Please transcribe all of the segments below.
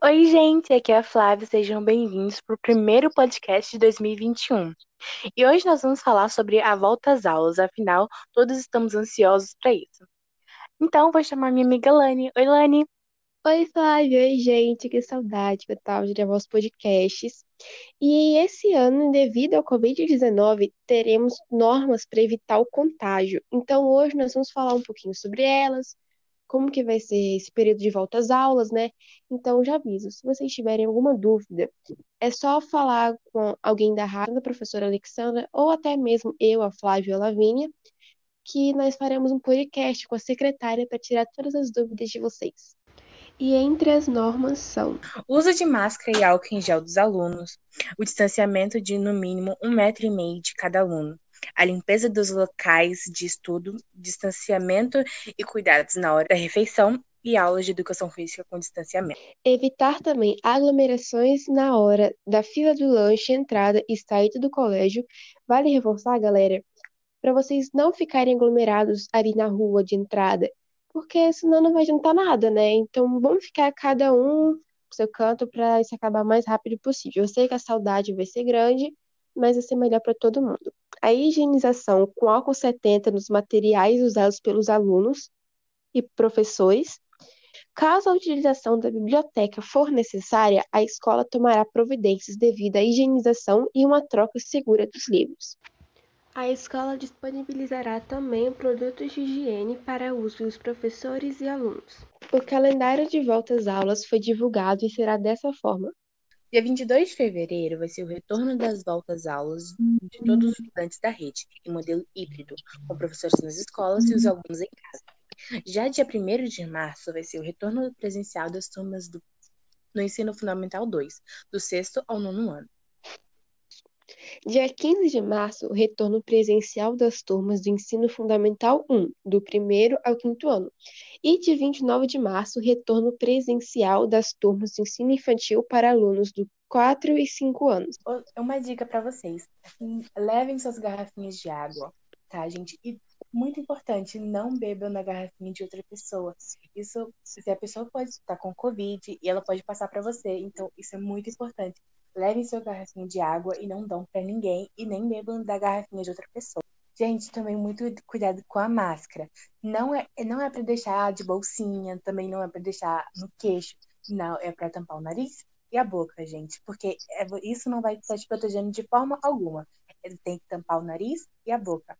Oi, gente, aqui é a Flávia, sejam bem-vindos para o primeiro podcast de 2021. E hoje nós vamos falar sobre a volta às aulas, afinal, todos estamos ansiosos para isso. Então, vou chamar minha amiga Lani. Oi, Lani. Oi, Flávia. Oi, gente. Que saudade que eu tava de gravar os podcasts. E esse ano, devido ao Covid-19, teremos normas para evitar o contágio. Então, hoje nós vamos falar um pouquinho sobre elas, como que vai ser esse período de volta às aulas, né? Então, já aviso, se vocês tiverem alguma dúvida, é só falar com alguém da rádio, da professora Alexandra, ou até mesmo eu, a Flávia ou a Lavínia, que nós faremos um podcast com a secretária para tirar todas as dúvidas de vocês. E entre as normas são: O uso de máscara e álcool em gel dos alunos, o distanciamento de no mínimo 1,5 m de cada aluno, a limpeza dos locais de estudo, distanciamento e cuidados na hora da refeição e aulas de educação física com distanciamento. evitar também aglomerações na hora da fila do lanche, entrada e saída do colégio. Vale reforçar, galera, para vocês não ficarem aglomerados ali na rua de entrada, porque senão não vai adiantar nada, né? Então vamos ficar cada um no seu canto para isso acabar o mais rápido possível. Eu sei que a saudade vai ser grande, mas vai ser melhor para todo mundo. A higienização com álcool 70 nos materiais usados pelos alunos e professores. Caso a utilização da biblioteca for necessária, a escola tomará providências devido à higienização e uma troca segura dos livros. A escola disponibilizará também produtos de higiene para uso dos professores e alunos. O calendário de volta às aulas foi divulgado e será dessa forma. Dia 22 de fevereiro vai ser o retorno das voltas aulas de todos os estudantes da rede, em modelo híbrido, com professores nas escolas e os alunos em casa. Já dia 1º de março vai ser o retorno presencial das turmas no ensino fundamental 2, do sexto ao nono ano. Dia 15 de março, o retorno presencial das turmas do Ensino Fundamental 1, do primeiro ao quinto ano. E dia 29 de março, o retorno presencial das turmas do ensino infantil para alunos do 4 e 5 anos. Uma dica para vocês: levem suas garrafinhas de água, tá, gente? E muito importante, não bebam na garrafinha de outra pessoa. Isso, se a pessoa pode estar com Covid e ela pode passar para você, então isso é muito importante. Levem sua garrafinha de água e não dão para ninguém e nem bebam da garrafinha de outra pessoa. Gente, também muito cuidado com a máscara. Não é para deixar de bolsinha, também não é para deixar no queixo. Não, é para tampar o nariz e a boca, gente, porque isso não vai estar te protegendo de forma alguma. Ele tem que tampar o nariz e a boca.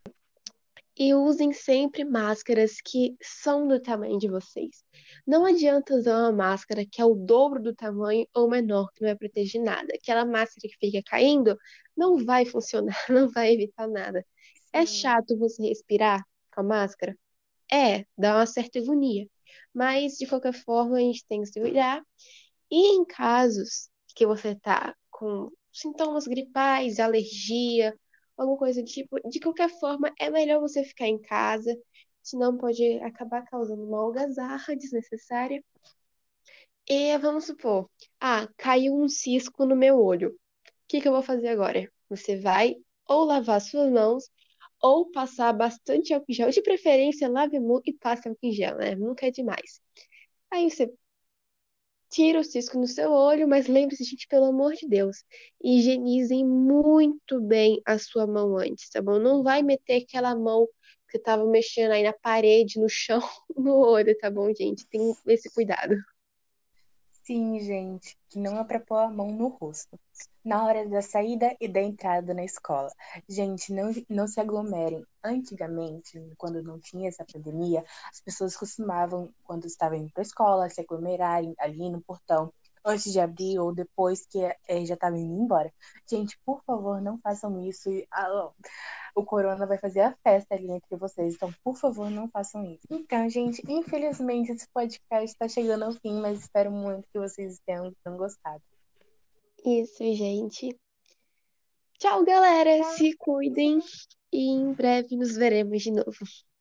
E usem sempre máscaras que são do tamanho de vocês. Não adianta usar uma máscara que é o dobro do tamanho ou menor, que não vai proteger nada. Aquela máscara que fica caindo não vai funcionar, não vai evitar nada. É Sim. chato você respirar com a máscara? É, dá uma certa agonia. Mas, de qualquer forma, a gente tem que se cuidar. E em casos que você tá com sintomas gripais, alergia, alguma coisa do tipo, de qualquer forma, é melhor você ficar em casa, senão pode acabar causando uma algazarra desnecessária. E vamos supor, caiu um cisco no meu olho. O que que eu vou fazer agora? Você vai ou lavar suas mãos ou passar bastante álcool em gel. De preferência, lave a mão e passe álcool em gel, né? Nunca é demais. Aí você tira o cisco no seu olho, mas lembre-se, gente, pelo amor de Deus, higienizem muito bem a sua mão antes, tá bom? Não vai meter aquela mão que você tava mexendo aí na parede, no chão, no olho, tá bom, gente? Tem esse cuidado. Sim, gente, que não é para pôr a mão no rosto. Na hora da saída e da entrada na escola. Gente, não se aglomerem. Antigamente, quando não tinha essa pandemia, as pessoas costumavam, quando estavam indo para a escola, se aglomerarem ali no portão, antes de abrir ou depois que já estavam indo embora. Gente, por favor, não façam isso. O corona vai fazer a festa ali entre vocês. Então, por favor, não façam isso. Então, gente, infelizmente esse podcast está chegando ao fim, mas espero muito que vocês tenham gostado. Isso, gente. Tchau, galera. Se cuidem e em breve nos veremos de novo.